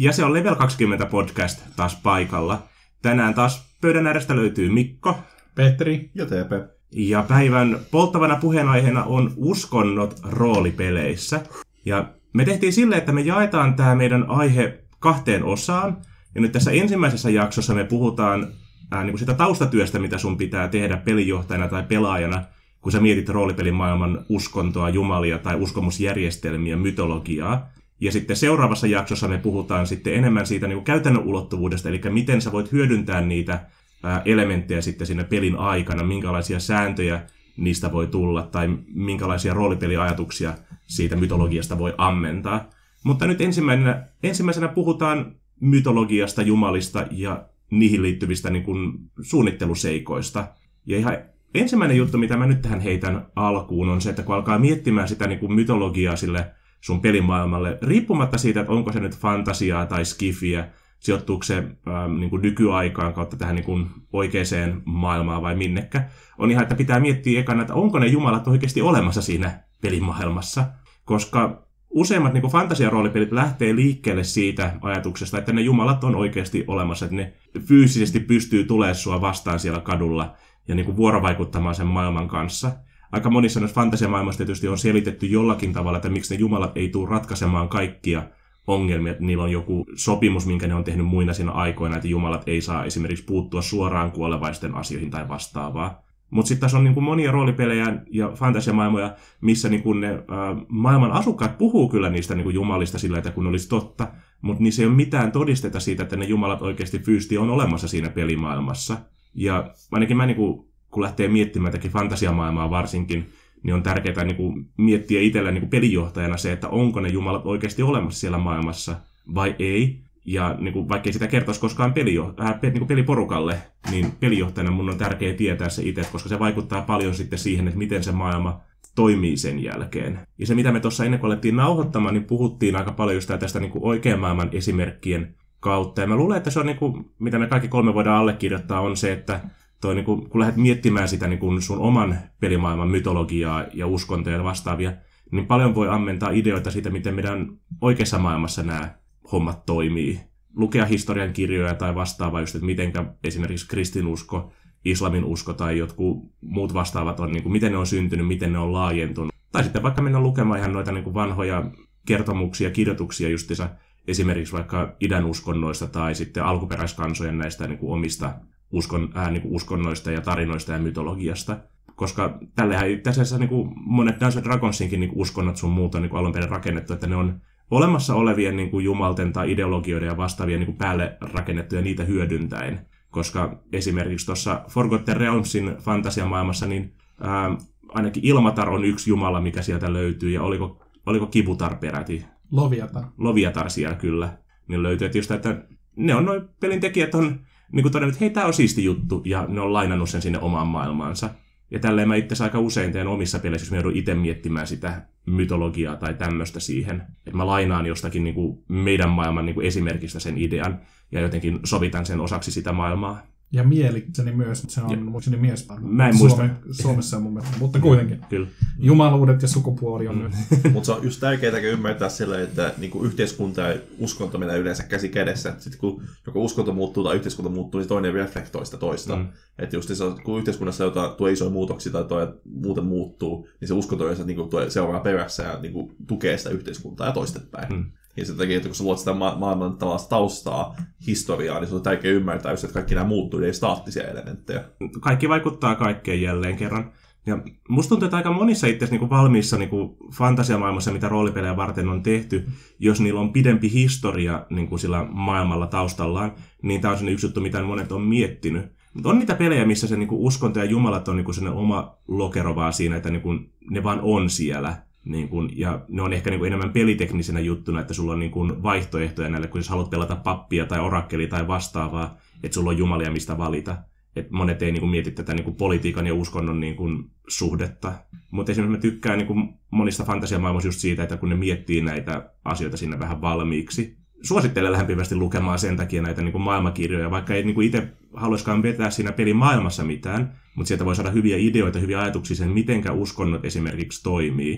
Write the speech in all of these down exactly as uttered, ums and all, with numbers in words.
Ja se on Level kaksikymmentä podcast taas paikalla. Tänään taas pöydän äärestä löytyy Mikko, Petri ja T P. Ja päivän polttavana puheenaiheena on uskonnot roolipeleissä. Ja me tehtiin silleen, että me jaetaan tämä meidän aihe kahteen osaan. Ja nyt tässä ensimmäisessä jaksossa me puhutaan ää, niin kuin sitä taustatyöstä, mitä sun pitää tehdä pelijohtajana tai pelaajana, kun sä mietit roolipelimaailman uskontoa, jumalia tai uskomusjärjestelmiä, mytologiaa. Ja sitten seuraavassa jaksossa me puhutaan sitten enemmän siitä niin kuin käytännön ulottuvuudesta, eli miten sä voit hyödyntää niitä ää, elementtejä sitten siinä pelin aikana, minkälaisia sääntöjä niistä voi tulla, tai minkälaisia roolipeliajatuksia siitä mytologiasta voi ammentaa. Mutta nyt ensimmäisenä, ensimmäisenä puhutaan mytologiasta, jumalista ja niihin liittyvistä niin kuin suunnitteluseikoista. Ja ihan ensimmäinen juttu, mitä mä nyt tähän heitän alkuun, on se, että kun alkaa miettimään sitä niin kuin mytologiaa sille sun pelimaailmalle, riippumatta siitä, että onko se nyt fantasiaa tai skifiä, sijoittuuko se ähm, niin kuin nykyaikaan kautta tähän niin kuin oikeaan maailmaan vai minnekä, on ihan, että pitää miettiä ekana, että onko ne jumalat oikeasti olemassa siinä pelimaailmassa, koska useimmat niin kuin fantasiaroolipelit lähtee liikkeelle siitä ajatuksesta, että ne jumalat on oikeasti olemassa, että ne fyysisesti pystyy tulemaan sua vastaan siellä kadulla ja niin kuin vuorovaikuttamaan sen maailman kanssa. Aika monissa noissa fantasiamaailmassa tietysti on selitetty jollakin tavalla, että miksi ne jumalat ei tule ratkaisemaan kaikkia ongelmia, että niillä on joku sopimus, minkä ne on tehnyt muina siinä aikoina, että jumalat ei saa esimerkiksi puuttua suoraan kuolevaisten asioihin tai vastaavaa. Mutta sitten tässä on niin kuin monia roolipelejä ja fantasiamaailmoja, missä niin kuin ne ää, maailman asukkaat puhuu kyllä niistä niin kuin jumalista sillä, että kun olisi totta, mutta niissä ei ole mitään todisteta siitä, että ne jumalat oikeasti fyysisesti on olemassa siinä pelimaailmassa. Ja ainakin mä, niin kuin, kun lähtee miettimään tätäkin fantasiamaailmaa varsinkin, niin on tärkeää niin kuin miettiä itsellä niin kuin pelijohtajana se, että onko ne jumalat oikeasti olemassa siellä maailmassa vai ei. Ja niin kuin, vaikka ei sitä kertoisi koskaan pelijo- äh, pe- niin kuin peliporukalle, niin pelijohtajana mun on tärkeää tietää se itse, koska se vaikuttaa paljon sitten siihen, että miten se maailma toimii sen jälkeen. Ja se, mitä me tuossa ennen kuin alettiin nauhoittamaan, niin puhuttiin aika paljon just tästä niin kuin oikean maailman esimerkkien kautta. Ja mä luulen, että se on, niin kuin, mitä me kaikki kolme voidaan allekirjoittaa, on se, että toi, niin kuin, kun lähdet miettimään sitä niin kuin sun oman pelimaailman mytologiaa ja uskontoja ja vastaavia, niin paljon voi ammentaa ideoita siitä, miten meidän oikeassa maailmassa nämä hommat toimii. Lukea historian kirjoja tai vastaavaa, just, että miten esimerkiksi kristinusko, islamin usko tai jotkut muut vastaavat on, niin kuin, miten ne on syntynyt, miten ne on laajentunut. Tai sitten vaikka mennä lukemaan ihan noita niin kuin vanhoja kertomuksia, kirjoituksia justiinsa esimerkiksi vaikka idän uskonnoista tai sitten alkuperäiskansojen näistä niin kuin omista uskon, äh, niin kuin uskonnoista ja tarinoista ja mytologiasta. Koska tällähän itse asiassa niin kuin monet Dungeons and Dragonsinkin niin kuin uskonnot sun muuta on niin kuin alun perin rakennettu, että ne on olemassa olevien niin kuin jumalten tai ideologioiden ja vastaavien niin kuin päälle rakennettuja niitä hyödyntäen. Koska esimerkiksi tuossa Forgotten Realmsin fantasiamaailmassa niin ää, ainakin Ilmatar on yksi jumala, mikä sieltä löytyy. Ja oliko, oliko Kivutar peräti? Loviatar. Loviatar siellä kyllä. Niin löytyy, että just, että ne on noin pelintekijät on niin kuin todennut, että hei, tää on siisti juttu. Ja ne on lainannut sen sinne omaan maailmaansa. Ja tälleen mä itse aika usein teen omissa peleissä, jos mä joudun itse miettimään sitä mytologiaa tai tämmöistä siihen. Että mä lainaan jostakin niin kuin meidän maailman niin kuin esimerkistä sen idean ja jotenkin sovitan sen osaksi sitä maailmaa. Ja mielikseni myös, se on muistini mies. Mä en muista. Suome, Suomessa on mun mielestä, mutta kuitenkin. Kyllä. Jumaluudet ja sukupuoli on myös. Mutta se on just tärkeää ymmärtää sillä, että niinku yhteiskunta ja uskonto menee yleensä käsi kädessä. Sitten kun joko uskonto muuttuu tai yhteiskunta muuttuu, niin toinen reflektoi sitä toista. Mm. Että just se, kun yhteiskunnassa jotain, tuo isoja muutoksia tai tuo muuten muuttuu, niin se uskonto yleensä niinku tuo seuraa perässä ja niinku tukee sitä yhteiskuntaa ja toistepäin. Mm. Ja sen takia, että kun sä luot sitä ma- maailman taustaa, historiaa, niin se on tärkeää ymmärtää, että kaikki nämä muuttuu, ei staattisia elementtejä. Kaikki vaikuttaa kaikkeen jälleen kerran. Ja musta tuntuu, että aika monissa itse asiassa niin valmiissa niin fantasiamaailmassa, mitä roolipelejä varten on tehty, jos niillä on pidempi historia niin kuin sillä maailmalla taustallaan, niin tämä on sellainen yksi juttu, mitä monet on miettinyt. Mutta on niitä pelejä, missä se niin kuin uskonto ja jumalat on niin kuin sellainen oma lokero vaan siinä, että niin kuin ne vaan on siellä. Niin kun, ja ne on ehkä niin kun enemmän peliteknisenä juttuna, että sulla on niin kun vaihtoehtoja näille, kun jos haluat pelata pappia tai orakkelia tai vastaavaa, että sulla on jumalia mistä valita. Et monet ei niin kun mieti tätä niin kun politiikan ja uskonnon niin kun suhdetta. Mutta esimerkiksi mä tykkään niin kun monista fantasiamaailmoista just siitä, että kun ne miettii näitä asioita sinne vähän valmiiksi. Suosittelen lämpimästi lukemaan sen takia näitä niin kun maailmakirjoja, vaikka ei niin kun itse haluaisikaan vetää siinä pelimaailmassa mitään, mutta sieltä voi saada hyviä ideoita, hyviä ajatuksia sen, mitenkä uskonnot esimerkiksi toimii.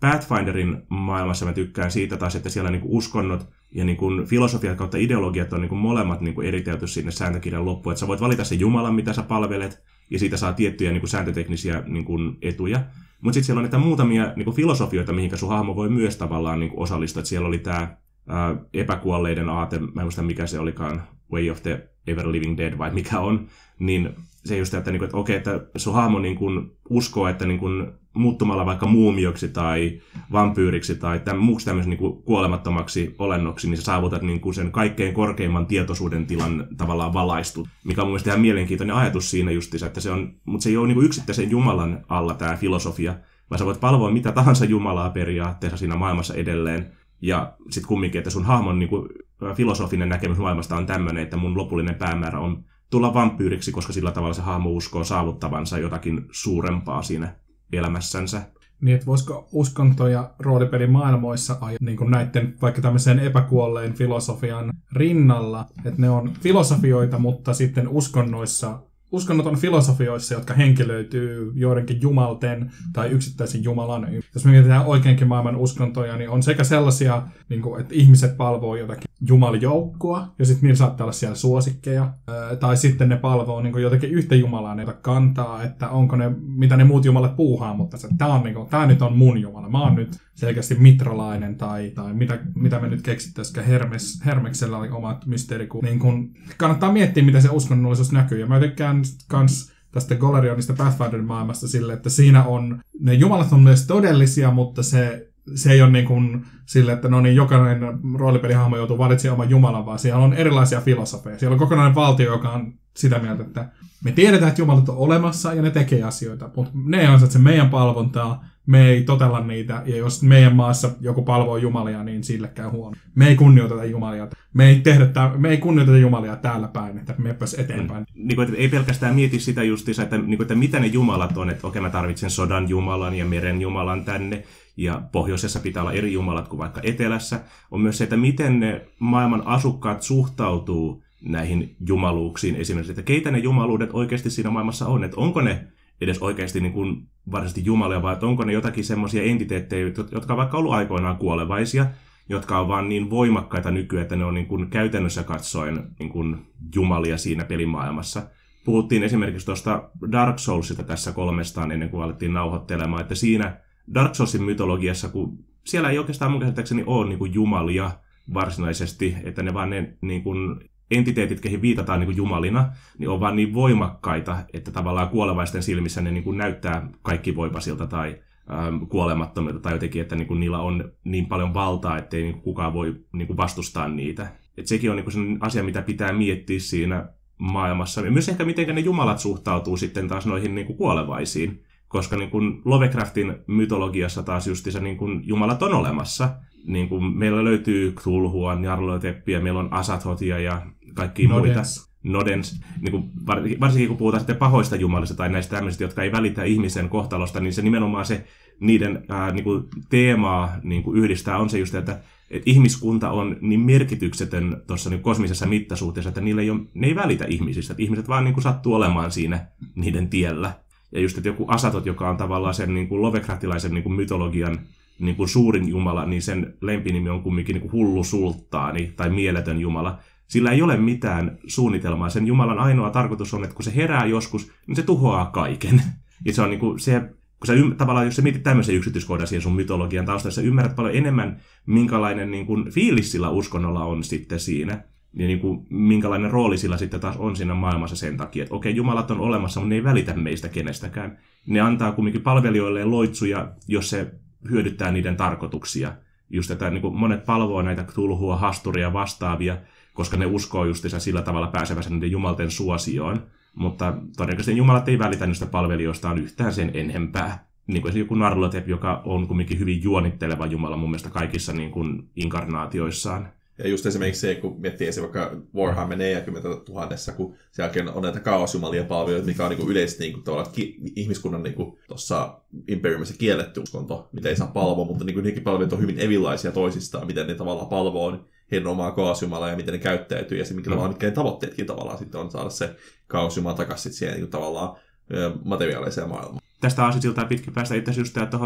Pathfinderin maailmassa mä tykkään siitä taas, että siellä niinku uskonnot ja niinku filosofiat kautta ideologiat on niinku molemmat niinku eritelty sinne sääntökirjan loppuun. Että sä voit valita sen Jumalan, mitä sä palvelet, ja siitä saa tiettyjä niinku sääntöteknisiä niinku etuja. Mutta sitten siellä on niitä muutamia niinku filosofioita, mihinkä sun hahmo voi myös tavallaan niinku osallistua. Et siellä oli tämä epäkuolleiden aate, mä en muista mikä se olikaan, Way of the Ever Living Dead vai mikä on, niin se just, että, että okei, että sun hahmo niin kun uskoo, että niin kun muuttumalla vaikka muumioksi tai vampyyriksi tai tämän, muuksi tämmöisen niin kun kuolemattomaksi olennoksi, niin sä saavutat niin kun sen kaikkein korkeimman tietoisuuden tilan tavallaan valaistut, mikä on mun mielestä ihan mielenkiintoinen ajatus siinä justiinsa, että se on, mutta se ei ole niin kun yksittäisen Jumalan alla tämä filosofia, vaan sä voit palvoa mitä tahansa Jumalaa periaatteessa siinä maailmassa edelleen. Ja sitten kumminkin, että sun hahmon niin kuin, filosofinen näkemys maailmasta on tämmöinen, että mun lopullinen päämäärä on tulla vampyyriksi, koska sillä tavalla se hahmo uskoo saavuttavansa jotakin suurempaa siinä elämässänsä. Niin, että voisiko uskonto- ja roolipelimaailmoissa ajaa niin kuin näiden vaikka tämmöisen epäkuolleen filosofian rinnalla, että ne on filosofioita, mutta sitten uskonnoissa Uskonnot on filosofioissa, jotka henkilöityy joidenkin jumalten tai yksittäisen jumalan. Jos me mietitään oikeinkin maailman uskontoja, niin on sekä sellaisia, niin kuin, että ihmiset palvoo jotakin jumalijoukkoa, ja sitten niillä saattaa olla siellä suosikkeja, tai sitten ne palvoo niin kuin jotakin yhtä jumalaa, ne kantaa, että onko ne, mitä ne muut jumalat puuhaa, mutta tämä niin nyt on mun jumala, mä oon nyt selkeästi mitralainen, tai, tai mitä, mitä me nyt keksittäisikään, Hermes, Hermeksellä oli omat mysteerikuvat. Niin kun, kannattaa miettiä, miten se uskonnollisuus näkyy, ja mä tykkään kans tästä Golerionista Pathfinderin maailmasta sille, että siinä on, ne jumalat on myös todellisia, mutta se, se ei ole niin kuin sille, että no niin, jokainen roolipelihahmo joutuu valitsemaan oman jumalan, vaan siellä on erilaisia filosofeja. Siellä on kokonainen valtio, joka on sitä mieltä, että me tiedetään, että jumalat on olemassa ja ne tekee asioita, mutta ne on se meidän palvontaa, me ei totella niitä, ja jos meidän maassa joku palvoo jumalia, niin sille käy huono. Me ei kunnioiteta jumalia, me ei, tehdä tää, me ei kunnioiteta jumalia täällä päin, että me pääs eteenpäin. Niin kuin, että ei pelkästään mieti sitä justiinsa, että, niin kuin, että mitä ne jumalat on, että okei, mä tarvitsen sodan jumalan ja meren jumalan tänne, ja pohjoisessa pitää olla eri jumalat kuin vaikka etelässä. On myös se, että miten ne maailman asukkaat suhtautuu näihin jumaluuksiin esimerkiksi, että keitä ne jumaluudet oikeasti siinä maailmassa on, että onko ne edes oikeasti niin kuin varsinaisesti jumalia, vai onko ne jotakin semmoisia entiteettejä, jotka on vaikka ollut aikoinaan kuolevaisia, jotka on vaan niin voimakkaita nykyään, että ne on niin kuin käytännössä katsoen niin kuin jumalia siinä pelimaailmassa. Puhuttiin esimerkiksi tuosta Dark Soulsista tässä kolmestaan ennen kuin alettiin nauhoittelemaan, että siinä Dark Soulsin mytologiassa, kun siellä ei oikeastaan mun käsittääkseni ole niin kuin jumalia varsinaisesti, että ne vaan ne niin kuin entiteetit, keihin viitataan niin kuin jumalina, niin on vaan niin voimakkaita, että tavallaan kuolevaisten silmissä ne niin kuin näyttää kaikki voipasilta tai ähm, kuolemattomilta tai jotenkin, että niin kuin niillä on niin paljon valtaa, ettei niin kuin kukaan voi niin kuin vastustaa niitä. Et sekin on niin kuin sellainen asia, mitä pitää miettiä siinä maailmassa. Ja myös ehkä miten ne jumalat suhtautuu sitten taas noihin niin kuin kuolevaisiin, koska niin kuin Lovecraftin mytologiassa taas justiinsa niin kuin jumalat on olemassa. Niin kuin meillä löytyy Cthulhua, Nyarlathotepia, meillä on Azathothia ja kaikkia muita. Nodens. Niin kuin varsinkin kun puhutaan sitten pahoista jumalista tai näistä tämmöisistä, jotka ei välitä ihmisen kohtalosta, niin se nimenomaan se niiden ää, niin kuin teemaa niin kuin yhdistää on se just, että, että ihmiskunta on niin merkityksetön tuossa niin kosmisessa mittasuhteessa, että niille ei ole, ne ei välitä ihmisistä. Että ihmiset vaan niin kuin sattuu olemaan siinä niiden tiellä. Ja just, että joku Azathoth, joka on tavallaan sen niin kuin Lovecraftilaisen niin kuin mytologian niin kuin suurin jumala, niin sen lempinimi on kumminkin niin kuin hullu sulttaani tai mieletön jumala. Sillä ei ole mitään suunnitelmaa. Sen jumalan ainoa tarkoitus on, että kun se herää joskus, niin se tuhoaa kaiken. Ja se on niin kuin se, kun sä ymm, tavallaan, jos sä mietit tämmöisen yksityiskohdan siihen sun mytologian taustalla, sä ymmärrät paljon enemmän, minkälainen niin kuin fiilis sillä uskonnolla on sitten siinä. Ja niin kuin, minkälainen rooli sillä sitten taas on siinä maailmassa sen takia, että okei, jumalat on olemassa, mutta ne ei välitä meistä kenestäkään. Ne antaa kumminkin palvelijoilleen loitsuja, jos se hyödyttää niiden tarkoituksia. Just, että niin kuin monet palvoo näitä Cthulhua, Hasturia vastaavia, koska ne uskoo justiinsa sillä tavalla pääsevänsä niiden jumalten suosioon. Mutta todennäköisesti jumalat ei välitä niistä palvelijoistaan yhtään sen enempää. Niin kuin joku Nyarlathotep, joka on kumminkin hyvin juonitteleva jumala mun mielestä kaikissa niin kuin inkarnaatioissaan. Ja just esimerkiksi se, kun miettii esimerkiksi vaikka Warhammer neljäkymmentätuhatta, kun sen on näitä kaosjumalien palveluita, mikä on niin kuin yleisesti niin kuin, tavallaan ki- ihmiskunnan niin tuossa Imperiumissa kielletty uskonto, mitä ei saa palvoa, mutta niin kuin, nekin palvelut on hyvin erilaisia toisistaan, miten ne tavallaan palvoo niin heidän omaa kaosjumalaa ja miten ne käyttäytyy, ja se, mitkä, mm. mitkä ne tavoitteetkin tavallaan sitten on saada se kaosjumala takaisin siihen niin kuin, tavallaan materiaaliseen maailmaan. Tästä aasinsiltaa pitkin päästä itse asiassa just tuohon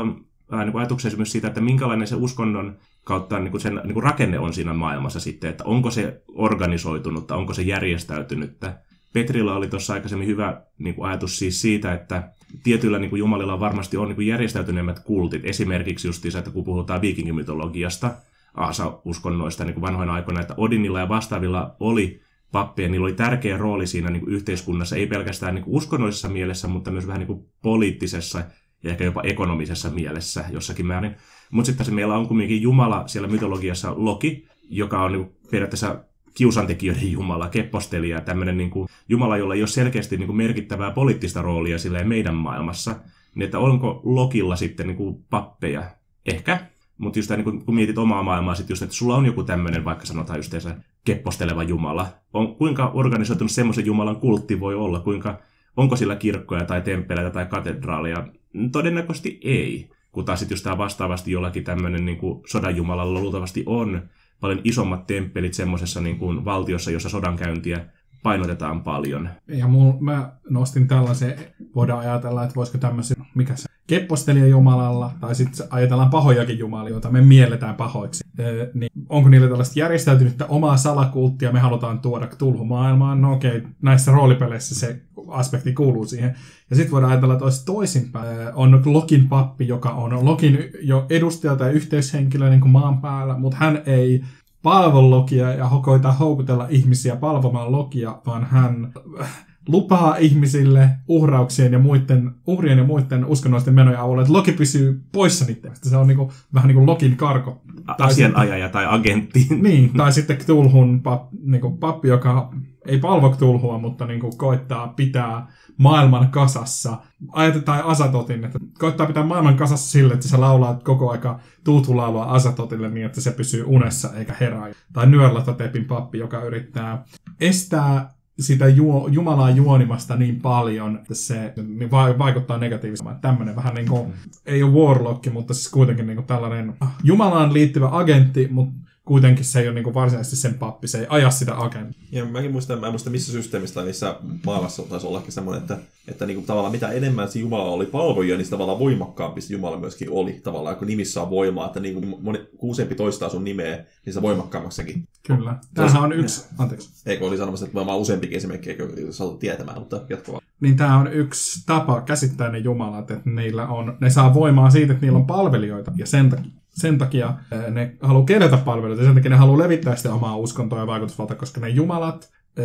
äh, niin kuin ajatuksia myös siitä, että minkälainen se uskonnon kautta niin kuin sen niin kuin rakenne on siinä maailmassa sitten, että onko se organisoitunutta, onko se järjestäytynyttä. Petrillä oli tuossa aikaisemmin hyvä niin kuin ajatus siis siitä, että tietyillä niin kuin jumalilla varmasti on niin kuin järjestäytyneemmät kultit. Esimerkiksi justiinsa, että kun puhutaan viikingimytologiasta, Aasa-uskonnoista niin kuin vanhoina aikoina, että Odinilla ja vastaavilla oli pappeja, niillä oli tärkeä rooli siinä niin kuin yhteiskunnassa, ei pelkästään niin kuin uskonnollisessa mielessä, mutta myös vähän niin kuin poliittisessa ja ehkä jopa ekonomisessa mielessä jossakin määrin. Mutta sitten meillä on kuitenkin Jumala siellä mytologiassa Loki, joka on niin kuin periaatteessa kiusantekijöiden jumala, keppostelija, tämmöinen niin kuin Jumala, jolla ei ole selkeästi niin kuin merkittävää poliittista roolia silleen meidän maailmassa. Niin että onko Lokilla sitten niin kuin pappeja? Ehkä. Mutta just niin kun mietit omaa maailmaa, sit just, että sulla on joku tämmöinen, vaikka sanotaan just kepposteleva jumala. On, kuinka organisoitunut semmoisen jumalan kultti voi olla? Kuinka, onko sillä kirkkoja tai temppeleitä tai katedraaleja? Todennäköisesti ei. Kun taas sitten just tämä vastaavasti jollakin tämmöinen niin kuin sodanjumalalla luultavasti on paljon isommat temppelit semmoisessa niin kuin valtiossa, jossa sodankäyntiä painotetaan paljon. Ja mul, mä nostin tällaisen, voidaan ajatella, että voisiko tämmöisen, mikä se, keppostelija jumalalla, tai sitten ajatellaan pahojakin jumalia, joita me mielletään pahoiksi. Öö, niin onko niillä tällaista järjestäytynyttä omaa salakulttia, me halutaan tuoda Cthulhu-maailmaan? No okei, näissä roolipeleissä se aspekti kuuluu siihen. Ja sitten voidaan ajatella, että olisi toisinpäin. Öö, on Lokin pappi, joka on Lokin jo edustaja tai yhteyshenkilö niin kuin maan päällä, mutta hän ei palvo Lokia ja koittaa houkutella ihmisiä palvomaan Lokia, vaan hän lupaa ihmisille uhrauksien ja muiden, uhrien ja muiden uskonnollisten menojen avulla, että Loki pysyy poissa niitä. Se on niinku, vähän niin kuin Lokin karko. Asianajaja tai agentti. Niin, tai sitten Cthulhun pap, niinku pappi, joka ei palvo Cthulhua, mutta niinku koittaa pitää maailman kasassa. Ajatetaan Azathotin, että koittaa pitää maailman kasassa sille, että sä laulaat koko aika tuutulaulua Azathotille niin, että se pysyy unessa eikä herää. Tai Nyarlathotepin pappi, joka yrittää estää sitä ju- Jumalaa juonimasta niin paljon, että se niin va- vaikuttaa negatiivisesti. Tämmöinen vähän niin kuin, ei ole warlock, mutta siis kuitenkin niin kuin tällainen Jumalaan liittyvä agentti, mutta kuitenkin se ei ole niin kuin varsinaisesti sen pappi, se ei aja sitä agenttia. Ja mäkin muistan, mä en muista missä systeemistä tai missä maailmassa taisi ollakin semmoinen, että, että niin kuin tavallaan mitä enemmän se Jumala oli palvoja, niin se tavallaan voimakkaampi se Jumala myöskin oli. Tavallaan kun nimissä on voimaa, että niin kuin moni, kun useampi toistaa sun nimeä, niin se voimakkaammaksikin. Kyllä. Tämähän on yksi, anteeksi. Eikö oli sanomassa, että varmaan useampikin esimerkki, eikö saatu tietämään, mutta jatkuvaa. Niin tämä on yksi tapa käsittää ne jumalat, että niillä on, ne saa voimaa siitä, että niillä on palvelijoita, ja sen takia, sen takia ne haluaa kerätä palvelijoita, ja sen takia ne haluaa levittää sitä omaa uskontoa ja vaikutusvaltaa, koska ne jumalat äh,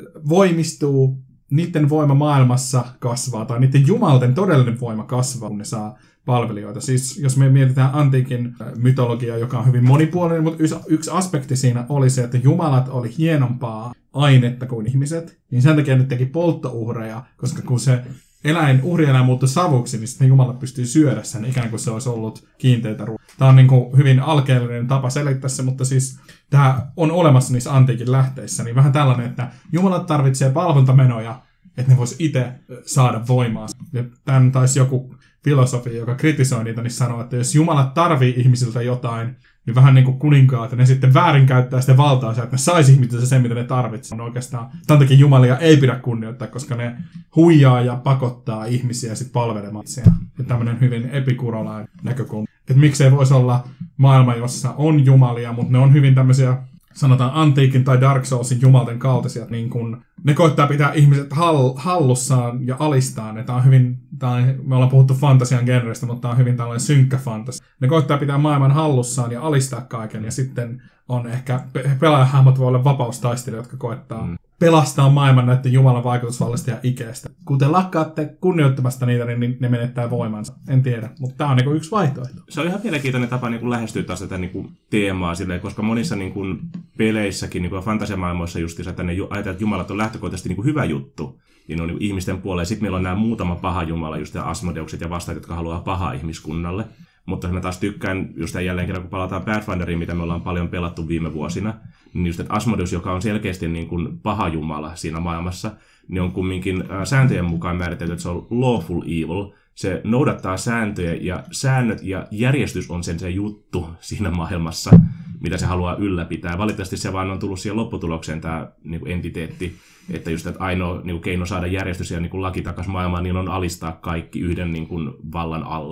voimistuu, niiden voima maailmassa kasvaa, tai niiden jumalten todellinen voima kasvaa, kun ne saa palvelijoita. Siis jos me mietitään antiikin mytologiaa, joka on hyvin monipuolinen, mutta yksi aspekti siinä oli se, että jumalat oli hienompaa ainetta kuin ihmiset, niin sen takia ne teki polttouhreja, koska kun se eläin, uhrieläin muuttui savuksi, niin sitten jumalat pystyy syödä sen ikään kuin se olisi ollut kiinteitä ruokaa. Tämä on niin kuin hyvin alkeellinen tapa selittää se, mutta siis tämä on olemassa niissä antiikin lähteissä, niin vähän tällainen, että jumalat tarvitsee palvontamenoja, että ne vois itse saada voimaa. Ja tämän taisi joku filosofi, joka kritisoi niitä, niin sanoo, että jos jumalat tarvii ihmisiltä jotain, niin vähän niin kuin kuninkaat, että ne sitten väärinkäyttää sitä valtaa, että ne saisi ihmisiltä sen, mitä ne tarvitsevat. Oikeastaan tämän takia jumalia ei pidä kunnioittaa, koska ne huijaa ja pakottaa ihmisiä sitten palvelemaan itseään. Ja tämmöinen hyvin epikurolainen näkökulma. Että miksei voisi olla maailma, jossa on jumalia, mutta ne on hyvin tämmöisiä, sanotaan antiikin tai Dark Soulsin jumalten kaltaisia, niin kun ne koittaa pitää ihmiset hall- hallussaan ja alistaan. Tämä on hyvin, tämä on, me ollaan puhuttu fantasian genreistä, mutta tämä on hyvin tällainen synkkä fantasia. Ne koittaa pitää maailman hallussaan ja alistaa kaiken, ja sitten on ehkä pe- pelaajahahmot voi olla vapaustaistelijat, jotka koittaa mm. pelastaa maailman näiden Jumalan vaikutusvallasta ja ikeestä. Kun te lakkaatte kunnioittamasta niitä, niin ne menettää voimansa. En tiedä, mutta tämä on niinku yksi vaihtoehto. Se on ihan mielenkiintoinen tapa niinku lähestyä taas tätä niinku teemaa, silleen, koska monissa niinku peleissäkin niinku fantasiamaailmoissa justiinsa, että ne ajatellaan, että jumalat on lähtökohtaisesti niinku hyvä juttu. Ja ne on niinku ihmisten puolella. Sitten meillä on nämä muutama paha jumala, just nämä Asmodeukset ja vastaajat, jotka haluaa pahaa ihmiskunnalle. Mutta mä taas tykkään, just jälleen kerran kun palataan Pathfinderiin, mitä me ollaan paljon pelattu viime vuosina, niin just että Asmodeus, joka on selkeästi niin kuin paha jumala siinä maailmassa, niin on kumminkin sääntöjen mukaan määritelty, että se on lawful evil. Se noudattaa sääntöjä ja säännöt ja järjestys on sen se juttu siinä maailmassa, mitä se haluaa ylläpitää. Valitettavasti se vaan on tullut siihen lopputulokseen tämä niin kuin entiteetti, että just että ainoa niin kuin keino saada järjestys ja niin kuin laki takaisin maailmaan, niin on alistaa kaikki yhden niin kuin vallan alle.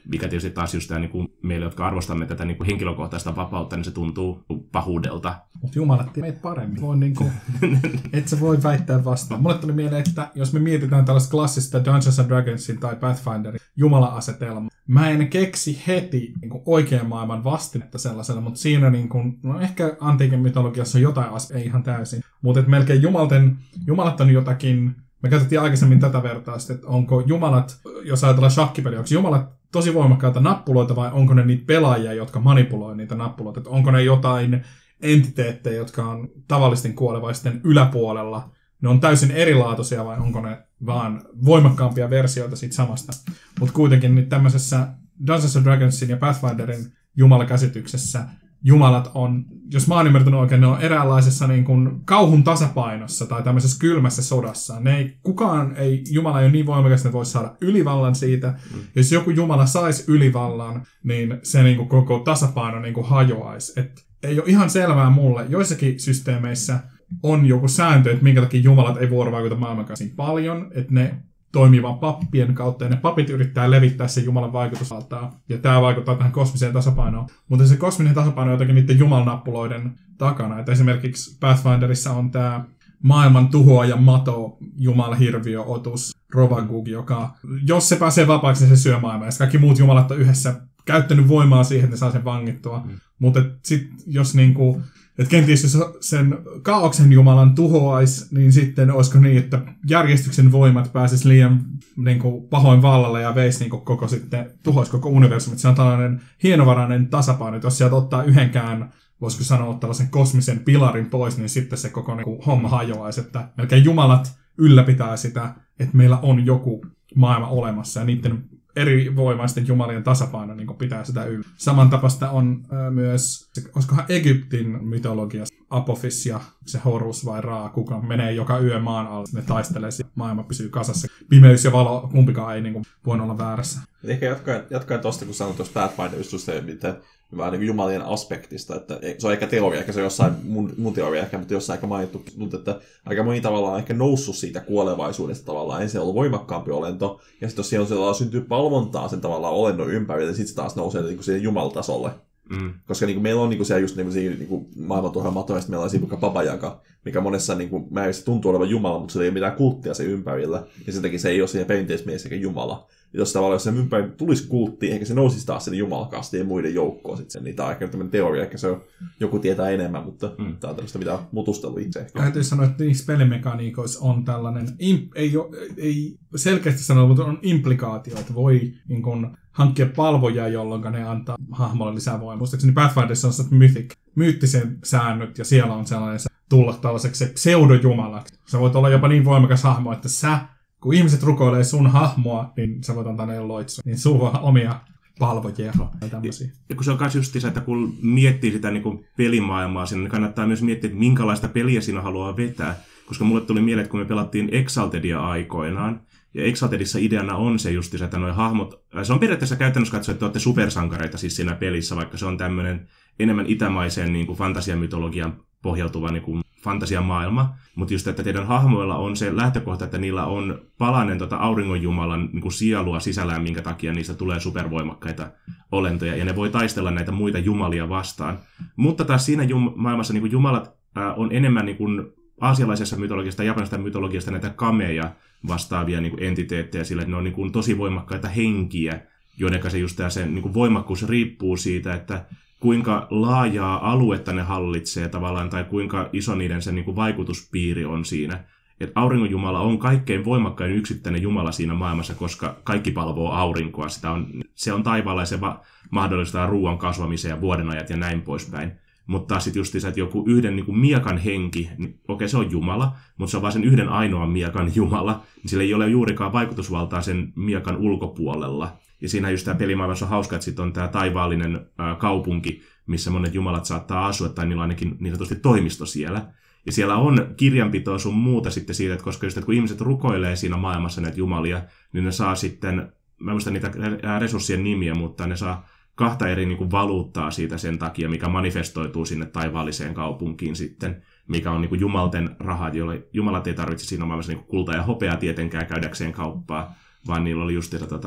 mikä tietysti taas just tämä, niin kuin meille, jotka arvostamme tätä niin kuin henkilökohtaista vapautta, niin se tuntuu pahuudelta. Mutta jumalat meitä paremmin. Voi niin kuin, et sä voi väittää vastaan. Mulle tuli mieleen, että jos me mietitään tällaista klassista Dungeons and Dragonsin tai Pathfinderin Jumala-asetelmaa, mä en keksi heti niin kuin oikean maailman vastinetta sellaisella, mutta siinä niin kuin, no ehkä antiikin mytologiassa on jotain asioita, ei ihan täysin, mutta melkein jumalten, jumalat on jotakin. Me käytettiin aikaisemmin tätä vertausta, että onko jumalat, jos ajatellaan shakkipeliä, onko jumalat tosi voimakkaita nappuloita vai onko ne niitä pelaajia, jotka manipuloi niitä nappuloita? Että onko ne jotain entiteettejä, jotka on tavallisten kuolevaisten yläpuolella? Ne on täysin erilaatuisia vai onko ne vaan voimakkaampia versioita siitä samasta? Mutta kuitenkin niin tämmöisessä Dungeons and Dragonsin ja Pathfinderin jumalakäsityksessä jumalat on, jos mä oon ymmärtänyt oikein, ne on eräänlaisessa niin kuin kauhun tasapainossa tai tämmöisessä kylmässä sodassa. Ne ei, kukaan ei, Jumala ei ole niin voimakas, että ne voisi saada ylivallan siitä. Mm. Jos joku Jumala saisi ylivallan, niin se niin kuin koko tasapaino niin kuin hajoaisi. Et ei ole ihan selvää mulle. Joissakin systeemeissä on joku sääntö, että minkä takia Jumalat ei vuorovaikuta maailmankanssa niin paljon, että ne toimii vaan pappien kautta, ja ne papit yrittää levittää sen Jumalan vaikutusvaltaa, ja tämä vaikuttaa tähän kosmiseen tasapainoon. Mutta se kosminen tasapaino on jotenkin niiden jumalnappuloiden takana. Et esimerkiksi Pathfinderissa on tämä maailman tuhoaja mato jumalhirviö otus Rovagug, joka, jos se pääsee vapaaksi, niin se syö maailmaa, ja kaikki muut jumalat on yhdessä käyttänyt voimaa siihen, että ne saa sen vangittua. Mm. Mutta sitten jos niinku että kenties jos sen kaaoksen jumalan tuhoaisi, niin sitten olisiko niin, että järjestyksen voimat pääsisi liian niin kuin, pahoin vallalle ja veisi niin kuin, koko sitten, tuhoisi koko universumit. Se on tällainen hienovarainen tasapaino, että jos sieltä ottaa yhdenkään, voisiko sanoa tällaisen kosmisen pilarin pois, niin sitten se koko niin kuin, homma hajoaisi. Että melkein jumalat ylläpitää sitä, että meillä on joku maailma olemassa ja niiden eri voimaisten jumalien tasapaino niin pitää sitä yllä. Samantapaista on ö, myös, olisikohan Egyptin mytologiassa Apophis ja se Horus vai Ra, kuka menee joka yö maan alle, ne taistelee, maailma pysyy kasassa. Pimeys ja valo, kumpikaan ei niin kuin, voi olla väärässä. Ehkä jatkaen, jatkaen tuosta, kun sanoit tuossa Pathfinderista, se, mitä vähän niin kuin jumalien aspektista, että se on ehkä teoria, ehkä se on jossain mun, mun teoria ehkä, mutta jossain aika mainittu, mutta että aika moni tavallaan on ehkä noussut siitä kuolevaisuudesta tavallaan, ensin ollut voimakkaampi olento, ja sitten jos siellä syntyy palvontaa sen tavallaan olennon ympärille, niin sitten se taas nousee niin kuin siihen jumaltasolle. Mm. Koska niin kuin, meillä on niin kuin, siellä just niin kuin, niin kuin maailmantuohon matoista, meillä on siinä vaikka Baba Yaga, mikä monessa niin kuin, määrissä tuntuu olevan Jumala, mutta se ei ole mitään kulttia sen ympärillä, ja sen takia se ei ole siinä perinteisessä mielessä eikä Jumala. Ja jos tavallaan jos sen ympärillä tulisi kulttiin, ehkä se nousisi taas sinne jumalakastien muiden joukkoon sitten. Niin tämä on ehkä tämmöinen teoria, ehkä se on, joku tietää enemmän, mutta mm. tämä on tämmöistä, mitä on mutustellut itse ehkä. Täytyy sanoa, että niissä pelimekaniikoissa on tällainen, imp, ei, ole, ei selkeästi sanoa, mutta on implikaatio, että voi niin kun, hankkia palvoja, jolloin ne antaa hahmolle lisää voimaa. Muistaakseni Pathfinderissa on sellaiset mythic, myyttisen säännöt, ja siellä on sellainen se, tulla tällaiseksi pseudojumalaksi. Sä voit olla jopa niin voimakas hahmo, että sä kun ihmiset rukoilee sun hahmoa, niin sä voit antaa neille loitsu. Niin sulla on omia palvojia ja tämmöisiä. Ja kun se on myös just se, että kun miettii sitä niin kuin pelimaailmaa siinä, niin kannattaa myös miettiä, että minkälaista peliä siinä haluaa vetää. Koska mulle tuli mieleen, että kun me pelattiin Exaltedia aikoinaan, ja Exaltedissa ideana on se just se, että nuo hahmot, se on periaatteessa käytännössä katsoa, että te olette supersankareita siis siinä pelissä, vaikka se on tämmöinen enemmän itämaiseen niin kuin fantasiamytologian pohjautuva niin kuin fantasiamaailma, mutta just, että teidän hahmoilla on se lähtökohta, että niillä on palanen tota auringonjumalan niin kuin sielua sisällään, minkä takia niistä tulee supervoimakkaita olentoja, ja ne voi taistella näitä muita jumalia vastaan. Mutta taas siinä jum- maailmassa niin kuin jumalat äh, on enemmän niin kuin aasialaisessa mytologiasta ja japanisesta mytologiasta näitä kameja vastaavia niin kuin entiteettejä, sillä ne on niin kuin tosi voimakkaita henkiä, joiden se just tämä se niin kuin voimakkuus riippuu siitä, että kuinka laajaa aluetta ne hallitsee tavallaan, tai kuinka iso niiden se niin kuin vaikutuspiiri on siinä. Et auringonjumala on kaikkein voimakkain yksittäinen jumala siinä maailmassa, koska kaikki palvoo aurinkoa. Sitä on, se on taivaalla ja se va- mahdollistaa ruoan kasvamisen ja vuodenajat ja näin poispäin. Mutta taas sitten just se, että joku yhden niin kuin miekan henki, niin okei se on jumala, mutta se on vaan sen yhden ainoan miekan jumala, niin sillä ei ole juurikaan vaikutusvaltaa sen miekan ulkopuolella. Ja siinä just tämä pelimaailmassa on hauska, että sitten on tämä taivaallinen ää, kaupunki, missä monet jumalat saattaa asua, tai niillä on ainakin niin sanotusti toimisto siellä. Ja siellä on kirjanpitoa sun muuta sitten siitä, että koska just, että kun ihmiset rukoilee siinä maailmassa näitä jumalia, niin ne saa sitten, mä muistan niitä resurssien nimiä, mutta ne saa kahta eri niin kuin valuuttaa siitä sen takia, mikä manifestoituu sinne taivaalliseen kaupunkiin sitten, mikä on niin kuin jumalten rahat, joille jumalat ei tarvitse siinä maailmassa niin kuin kultaa ja hopeaa tietenkään käydäkseen kauppaa, vaan niillä oli just tota, niin kuin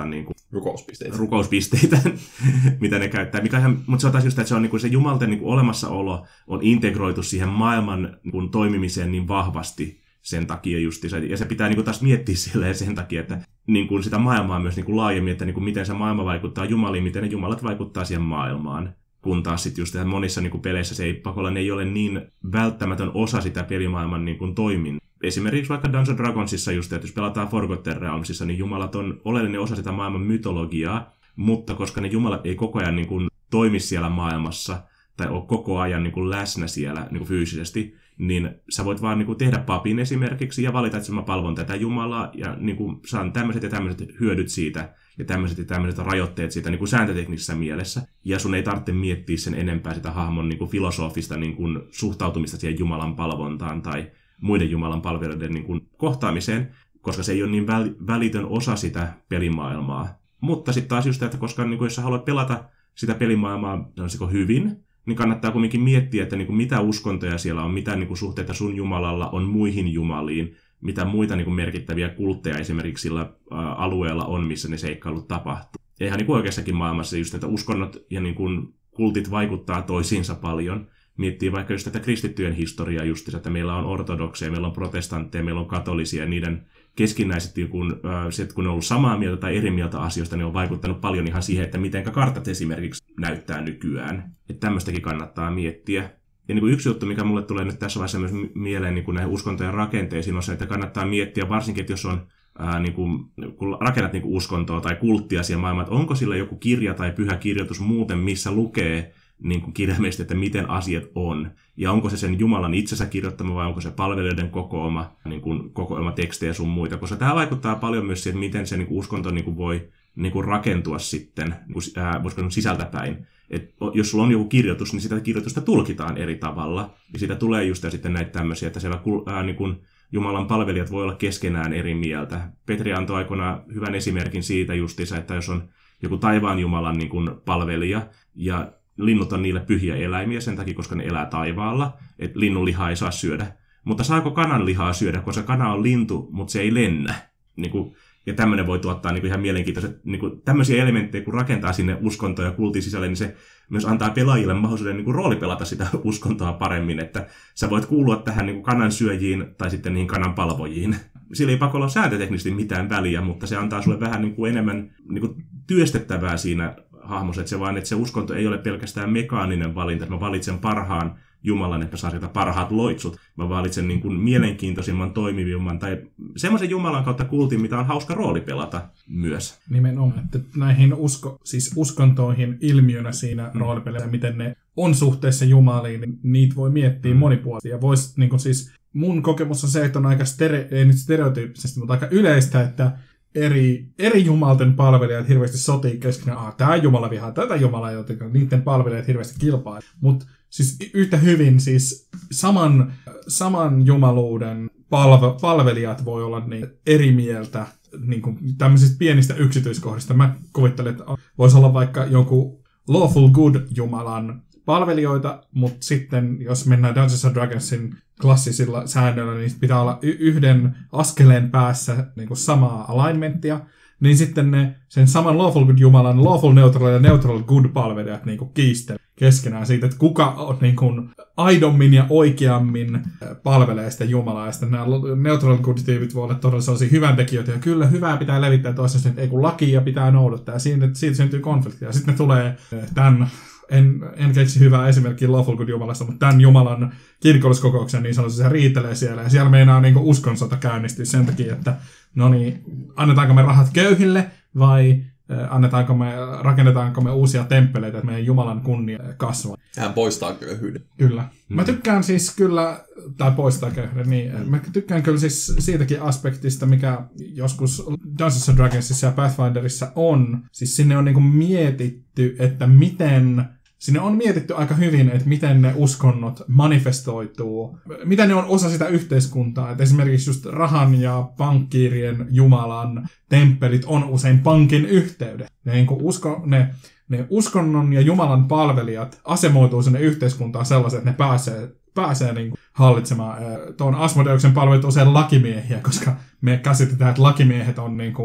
Rukouspisteitä. rukouspisteitä, mitä ne käyttää. Mikä ihan, mutta se on taas just, että se, on, niin kuin, se jumalten niin kuin olemassaolo on integroitu siihen maailman niin kuin, toimimiseen niin vahvasti sen takia justiinsa. Ja se pitää niin kuin, taas miettiä silleen sen takia, että niin kuin, sitä maailmaa myös niin kuin, laajemmin, että niin kuin, miten se maailma vaikuttaa jumaliin, miten ne jumalat vaikuttaa siihen maailmaan. Kun taas sitten just monissa niin kuin, peleissä se ei, pakolainen ei ole niin välttämätön osa sitä pelimaailman niin kuin, toimintaa. Esimerkiksi vaikka Dungeons and Dragonsissa just, että jos pelataan Forgotten Realmsissa, niin jumalat on oleellinen osa sitä maailman mytologiaa, mutta koska ne jumalat ei koko ajan niin kuin, toimi siellä maailmassa tai ole koko ajan niin kuin, läsnä siellä niin kuin, fyysisesti, niin sä voit vaan niin kuin, tehdä papin esimerkiksi ja valita, että mä palvon tätä jumalaa ja niin kuin, saan tämmöiset ja tämmöiset hyödyt siitä ja tämmöiset ja tämmöiset rajoitteet siitä niin kuin sääntöteknisessä mielessä. Ja sun ei tarvitse miettiä sen enempää sitä hahmon niin kuin, filosofista niin kuin, suhtautumista siihen jumalan palvontaan tai muiden Jumalan palvelijoiden niin kuin kohtaamiseen, koska se ei ole niin välitön osa sitä pelimaailmaa. Mutta sitten taas just, että koska niin kuin, jos sä haluat pelata sitä pelimaailmaa hyvin, niin kannattaa kuitenkin miettiä, että niin kuin, mitä uskontoja siellä on, mitä niin kuin, suhteita sun Jumalalla on muihin jumaliin, mitä muita niin kuin, merkittäviä kultteja esimerkiksi sillä ä, alueella on, missä ne seikkailut tapahtuu. Eihän niin kuin oikeassakin maailmassa just, että uskonnot ja niin kuin, kultit vaikuttaa toisiinsa paljon. Miettii vaikka just tätä kristittyjen historiaa just, että meillä on ortodokseja, meillä on protestantteja, meillä on katolisia, ja niiden keskinäiset, kun, äh, kun ne on ollut samaa mieltä tai eri mieltä asioista, niin on vaikuttanut paljon ihan siihen, että miten kartat esimerkiksi näyttää nykyään. Että tämmöistäkin kannattaa miettiä. Ja niin kuin yksi juttu, mikä mulle tulee nyt tässä vaiheessa myös mieleen niin kuin näihin uskontojen rakenteisiin, on se, että kannattaa miettiä, varsinkin, että jos on Ää, niin kuin, kun rakennat niin kuin uskontoa tai kulttia siihen maailmaan, että onko sillä joku kirja tai pyhä kirjoitus muuten, missä lukee niin kuin kirjaimellisesti, että miten asiat on. Ja onko se sen Jumalan itsensä kirjoittama vai onko se palvelijoiden kokoama, niin kuin kokoelma tekstejä sun muita. Koska tämä vaikuttaa paljon myös siihen, miten se niin kuin uskonto niin kuin voi niin kuin rakentua sitten niin kuin, ää, voisiko sisältäpäin. Et jos sulla on joku kirjoitus, niin sitä kirjoitusta tulkitaan eri tavalla. Ja siitä tulee just ja sitten näitä tämmöisiä, että siellä ää, niin kuin Jumalan palvelijat voi olla keskenään eri mieltä. Petri antoi aikoinaan hyvän esimerkin siitä justiinsa, että jos on joku taivaan Jumalan niin kuin palvelija ja linnut on niille pyhiä eläimiä sen takia, koska ne elää taivaalla, että linnun lihaa ei saa syödä. Mutta saako kanan lihaa syödä, koska kana on lintu, mutta se ei lennä. Niin kuin, ja tämmöinen voi tuottaa niin kuin ihan mielenkiintoiset, niin kuin, tämmöisiä elementtejä, kun rakentaa sinne uskontoa ja kultin sisälle, niin se myös antaa pelaajille mahdollisuuden niin kuin roolipelata sitä uskontoa paremmin, että sä voit kuulua tähän niin kuin kanan syöjiin tai sitten niihin kanan palvojiin. Sillä ei pakolla ole sääntöteknisesti mitään väliä, mutta se antaa sulle vähän niin kuin enemmän niin kuin työstettävää siinä hahmossa, että se vaan, että se uskonto ei ole pelkästään mekaaninen valinta, että mä valitsen parhaan Jumalan, että mä saan sieltä parhaat loitsut. Mä valitsen niin kuin mielenkiintoisimman, toimivimman tai semmoisen Jumalan kautta kultin, mitä on hauska rooli pelata myös. Nimenomaan, että näihin usko, siis uskontoihin ilmiönä siinä mm. roolipelissä, miten ne on suhteessa Jumaliin, niin niitä voi miettiä mm. monipuolisesti. Ja vois, niin kuin siis mun kokemus on se, että on aika stere, ei nyt stereotyyppisesti, mutta aika yleistä, että eri, eri jumalten palvelijat hirveästi sotii keskenään. Ah, tämä Jumala vihaa tätä Jumalaa, joten niiden palvelijat hirveästi kilpaa. Mutta siis yhtä hyvin siis saman, saman jumaluuden palve, palvelijat voi olla niin eri mieltä niin kuin tämmöisistä pienistä yksityiskohdista. Mä kuvittelen, että voisi olla vaikka joku Lawful Good Jumalan palvelijoita, mutta sitten jos mennään Dungeons and Dragonsin klassisilla säännöillä, niin pitää olla y- yhden askeleen päässä niin kuin samaa alignmenttia, niin sitten ne sen saman Lawful Good Jumalan Lawful Neutral ja Neutral Good palvelijat niin kuin kiistelevät keskenään siitä, että kuka on niin kuin aidommin ja oikeammin palvelee sitä Jumalaa. Ja sitten nämä Neutral Good-tyypit voi olla todella sellaisia hyväntekijöitä, ja kyllä hyvää pitää levittää toisesta, että ei kun lakia pitää noudattaa, ja siitä, siitä syntyy konfliktia. Ja sitten ne tulee tämän, en, en keksi hyvää esimerkkiä Lawful Good Jumalasta, mutta tämän Jumalan kirkolliskokouksen niin sanotusti se riitelee siellä, ja siellä meinaa niin kuin uskonsota käynnistyä sen takia, että no niin, annetaanko me rahat köyhille, vai annetaanko me, rakennetaanko me uusia temppeleitä, että meidän Jumalan kunnia kasvaa. Hän poistaa köyhyyden. Kyllä. Mm. Mä tykkään siis kyllä, tai poistaa köyhyyden, niin. Mm. Mä tykkään kyllä siis siitäkin aspektista, mikä joskus Dungeons and Dragonsissa ja Pathfinderissa on. Siis sinne on niinku mietitty, että miten... Sinne on mietitty aika hyvin, että miten ne uskonnot manifestoituu, miten ne on osa sitä yhteiskuntaa. Että esimerkiksi just rahan ja pankkiirien Jumalan temppelit on usein pankin yhteydessä. Ne, niin usko, ne, ne uskonnon ja Jumalan palvelijat asemoituu sinne yhteiskuntaan sellaiset, että ne pääsee, pääsee niin kuin hallitsemaan. Tuon Asmodeuksen palvelijat usein lakimiehiä, koska me käsitetään, että lakimiehet on niin kuin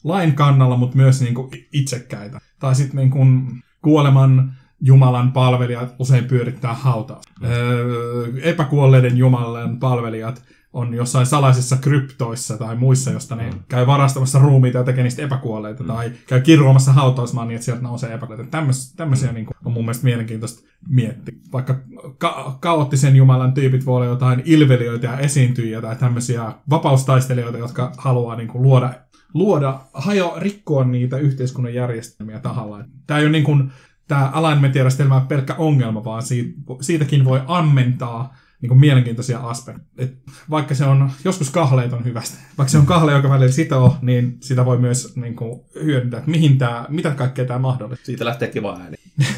lain kannalla, mutta myös niin kuin itsekkäitä. Tai sitten niin kuin kuoleman Jumalan palvelijat usein pyörittää hautaa. Öö, epäkuolleiden Jumalan palvelijat on jossain salaisissa kryptoissa tai muissa, josta ne mm. käy varastamassa ruumiita ja tekee niistä epäkuolleita, mm. tai käy kirjoamassa hautausmaan niin, että sieltä nousee epäkuolleita. Tämmöis, tämmöisiä mm. niin kuin, on mun mielestä mielenkiintoista miettiä. Vaikka ka- kaoottisen Jumalan tyypit voi olla jotain ilvelijöitä ja esiintyjiä tai tämmöisiä vapaustaistelijoita, jotka haluaa niin kuin, luoda, luoda, hajo, rikkoa niitä yhteiskunnan järjestelmiä tahallaan. Tämä ei ole niin kuin, tämä alignment-järjestelmä on pelkkä ongelma, vaan siitä, siitäkin voi ammentaa niin kuin mielenkiintoisia aspekteja. Vaikka se on, joskus kahleet on hyvästä. Vaikka se on kahle, joka välillä sitoo, niin sitä voi myös niin kuin, hyödyntää, että mihin tämä, mitä kaikkea tämä mahdollista. Siitä lähtee kiva ääni.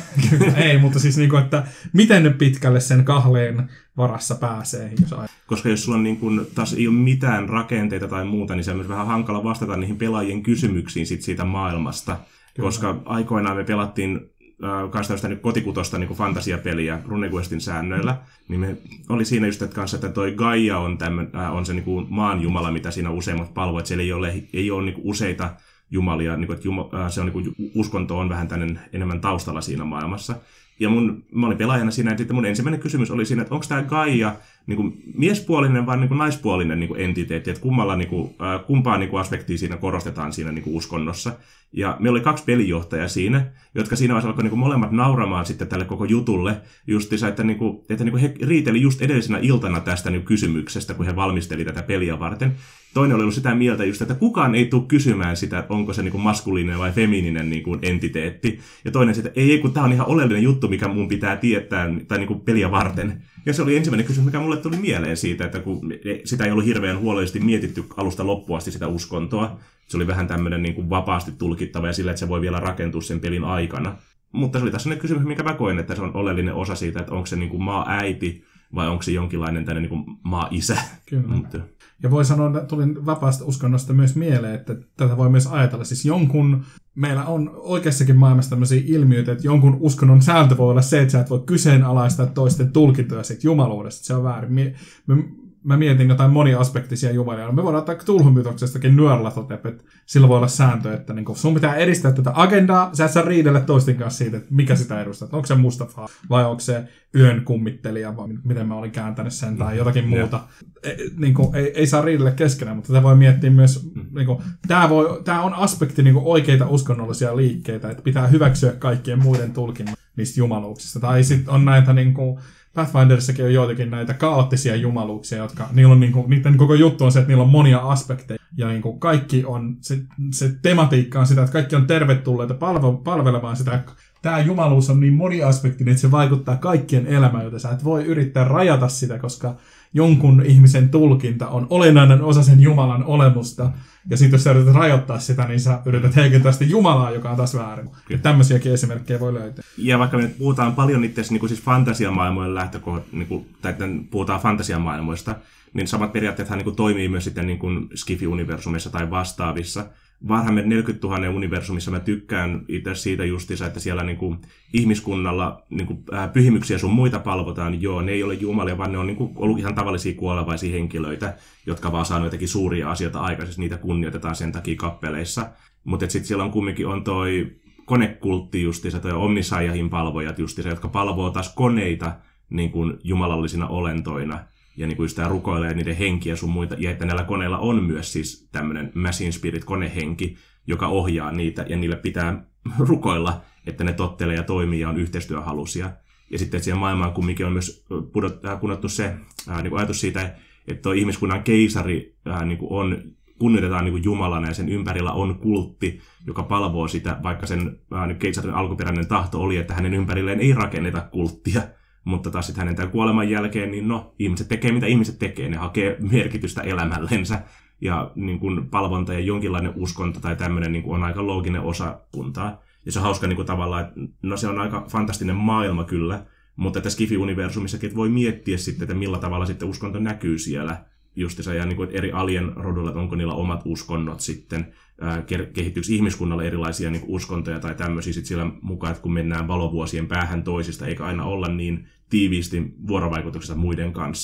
Ei, mutta siis, niin kuin, että miten pitkälle sen kahleen varassa pääsee. Jos Koska jos sulla on, niin kuin, taas ei ole mitään rakenteita tai muuta, niin se on myös vähän hankala vastata niihin pelaajien kysymyksiin sit siitä maailmasta. Kyllä. Koska aikoinaan me pelattiin kanssa tällaista niin kotikutosta niin fantasiapeliä RuneQuestin säännöillä, niin me oli siinä just että kanssa, että toi Gaia on, tämän, äh, on se niin kuin maan jumala, mitä siinä useimmat palvoo, että siellä ei ole, ei ole niin kuin useita jumalia, niin kuin, että juma, äh, se on, niin kuin, uskonto on vähän tänne enemmän taustalla siinä maailmassa. Ja mun, mä olin pelaajana siinä, ja sitten mun ensimmäinen kysymys oli siinä, että onko tämä Gaia niin kuin miespuolinen vai niin kuin naispuolinen niin kuin entiteetti, että kummalla, niin kuin, äh, kumpaa niin kuin aspektia siinä korostetaan siinä niin kuin uskonnossa. Ja meillä oli kaksi pelijohtajaa siinä, jotka siinä vaiheessa alkoi niin kuin molemmat nauramaan sitten tälle koko jutulle, justiinsa, että, niin kuin, että niin kuin he riiteli just edellisenä iltana tästä niin kuin kysymyksestä, kun he valmisteli tätä peliä varten. Toinen oli ollut sitä mieltä just, että kukaan ei tule kysymään sitä, onko se niin kuin maskuliininen vai feminiininen niin kuin entiteetti. Ja toinen sitä, ei, kun tämä on ihan oleellinen juttu, mikä mun pitää tietää tai niin kuin peliä varten. Ja se oli ensimmäinen kysymys, mikä mulle tuli mieleen siitä, että kun sitä ei ollut hirveän huolellisesti mietitty alusta loppuun asti sitä uskontoa. Se oli vähän tämmöinen niin kuin vapaasti tulkittava ja sillä, että se voi vielä rakentua sen pelin aikana. Mutta se oli taas sellainen kysymys, mikä mä koen, että se on oleellinen osa siitä, että onko se niin kuin maa-äiti vai onko se jonkinlainen tämmöinen niin kuin maa-isä. Kyllä. Mutta ja voi sanoa, että tulin vapaasta uskonnosta myös mieleen, että tätä voi myös ajatella. Siis jonkun, meillä on oikeassakin maailmassa tämmöisiä ilmiöitä, että jonkun uskonnon sääntö voi olla se, että sä et voi kyseenalaistaa toisten tulkintoja siitä jumaluudesta. Se on väärin. Me, me, mä mietin jotain moniaspektisia jumalia. Me voidaan ottaa Tulhumytoksestakin Nyarlathotep, että sillä voi olla sääntö, että niin sun pitää edistää tätä agendaa, sä et saa riidellä toisten kanssa siitä, että mikä sitä edustaa. Onko se Mustafa vai onko se yön kummittelija vai miten mä olin kääntänyt sen tai jotakin muuta. E, niin kuin, ei, ei saa riidellä keskenään, mutta tätä voi miettiä myös, niin kuin, tämä, voi, tämä on aspekti niin kuin oikeita uskonnollisia liikkeitä, että pitää hyväksyä kaikkien muiden tulkinnat niistä jumaluuksista. Tai sitten on näitä niin kuin, Pathfinderissakin on joitakin näitä kaoottisia jumaluuksia, jotka, niillä on niinku, niiden koko juttu on se, että niillä on monia aspekteja. Ja niinku kaikki on, se, se tematiikka on sitä, että kaikki on tervetulleita palve, palvelemaan sitä. Tämä jumaluus on niin moniaspektinen, että se vaikuttaa kaikkien elämään, joten sä et voi yrittää rajata sitä, koska jonkun ihmisen tulkinta on olennainen osa sen Jumalan olemusta. Ja sitten jos sä yrität rajoittaa sitä, niin sä yrität heikentää sitä Jumalaa, joka on taas väärin. Ja tämmöisiäkin esimerkkejä voi löytää. Ja vaikka me nyt puhutaan paljon itse niin siis fantasiamaailmojen lähtökohdat, niin kuin, tai puhutaan fantasiamaailmoista, niin samat periaatteethan niin kuin, toimii myös sitten niin kuin Skifi-universumissa tai vastaavissa. Warhammer neljäkymmentätuhatta universumissa mä tykkään itse siitä justiinsa, että siellä niin kuin, ihmiskunnalla niin kuin, äh, pyhimyksiä sun muita palvotaan. Joo, ne ei ole jumalia, vaan ne on niin kuin, ollut ihan tavallisia kuolevaisia henkilöitä, jotka vaan saanut jotenkin suuria asioita aikaisesti. Niitä kunnioitetaan sen takia kappeleissa. Mutta sitten siellä on kumminkin on toi konekultti justiinsa, toi Omnisaiahin palvojat justiinsa, jotka palvoo taas koneita niin kuin, jumalallisina olentoina. Ja niin kuin just tämä rukoilee niiden henkiä sun muita, ja että näillä koneilla on myös siis tämmöinen Machine Spirit-konehenki, joka ohjaa niitä, ja niille pitää rukoilla, että ne tottelee ja toimii ja on yhteistyöhalusia. Ja sitten että siihen maailmaan kumminkin on myös punnottu se ää, niin kuin ajatus siitä, että tuo ihmiskunnan keisari ää, niin kuin on, kunnioitetaan niin kuin Jumalana, ja sen ympärillä on kultti, joka palvoo sitä, vaikka sen ää, niin keisarin alkuperäinen tahto oli, että hänen ympärilleen ei rakenneta kulttia. Mutta taas sitten hänen tämän kuoleman jälkeen, niin no, ihmiset tekee mitä ihmiset tekee, ne hakee merkitystä elämällensä. Ja niin kuin palvonta ja jonkinlainen uskonto tai tämmöinen niin kuin on aika looginen osa kuntaa. Ja se on hauska niin kuin tavallaan, että no se on aika fantastinen maailma kyllä, mutta tässä Skifi-universumissakin että voi miettiä sitten, että millä tavalla sitten uskonto näkyy siellä. Justiinsa ja niin kuin eri alien-rodulla, että onko niillä omat uskonnot sitten, ää, kehittyykö ihmiskunnalle erilaisia niin kuin uskontoja tai tämmöisiä sitten siellä mukaan, että kun mennään valovuosien päähän toisista, eikä aina olla niin tiiviisti vuorovaikutuksessa muiden kanssa.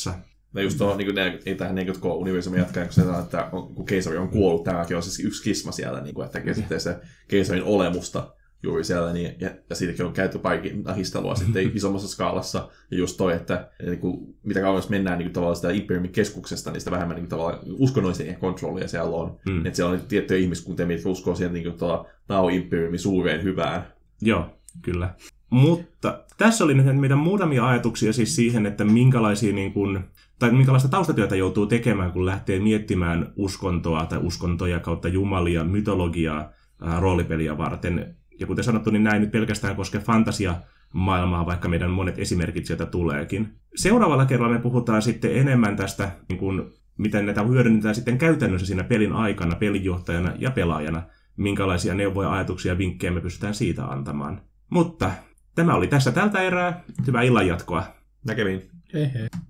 No just tuohon, niin ne, ei tähän niin kuin universumi jatkaa, kun se sanoo, että on, kun keisari on kuollut, tämäkin on siis yksi kisma siellä, niin kuin, että käsittelee se keisarin olemusta juuri siellä, niin, ja, ja siitäkin on käyty paikin ahistelua sitten isommassa skaalassa, ja just toi, että niin kuin, mitä kauemmas mennään niin kuin, tavallaan sitä imperiumin keskuksesta, niin sitä vähemmän niin kuin, tavallaan uskonnollisia kontrollia siellä on. Mm. Että siellä on tiettyjä ihmiskuntia, mitkä uskoo siihen niin kuin, Nao imperiumin suureen hyvään. Joo, kyllä. Mutta tässä oli nyt meidän muutamia ajatuksia siis siihen, että minkälaisia niin kuin, tai minkälaista taustatyötä joutuu tekemään, kun lähtee miettimään uskontoa tai uskontoja kautta jumalia, mytologiaa, ää, roolipeliä varten. Ja kuten sanottu, niin näin ei nyt pelkästään koske fantasiamaailmaa, vaikka meidän monet esimerkit sieltä tuleekin. Seuraavalla kerralla me puhutaan sitten enemmän tästä, niin kuin, miten näitä hyödynnetään sitten käytännössä siinä pelin aikana, pelinjohtajana ja pelaajana, minkälaisia neuvoja, ajatuksia ja vinkkejä me pystytään siitä antamaan. Mutta tämä oli tässä tältä erää. Hyvää illanjatkoa. Näkemiin. Hei hei.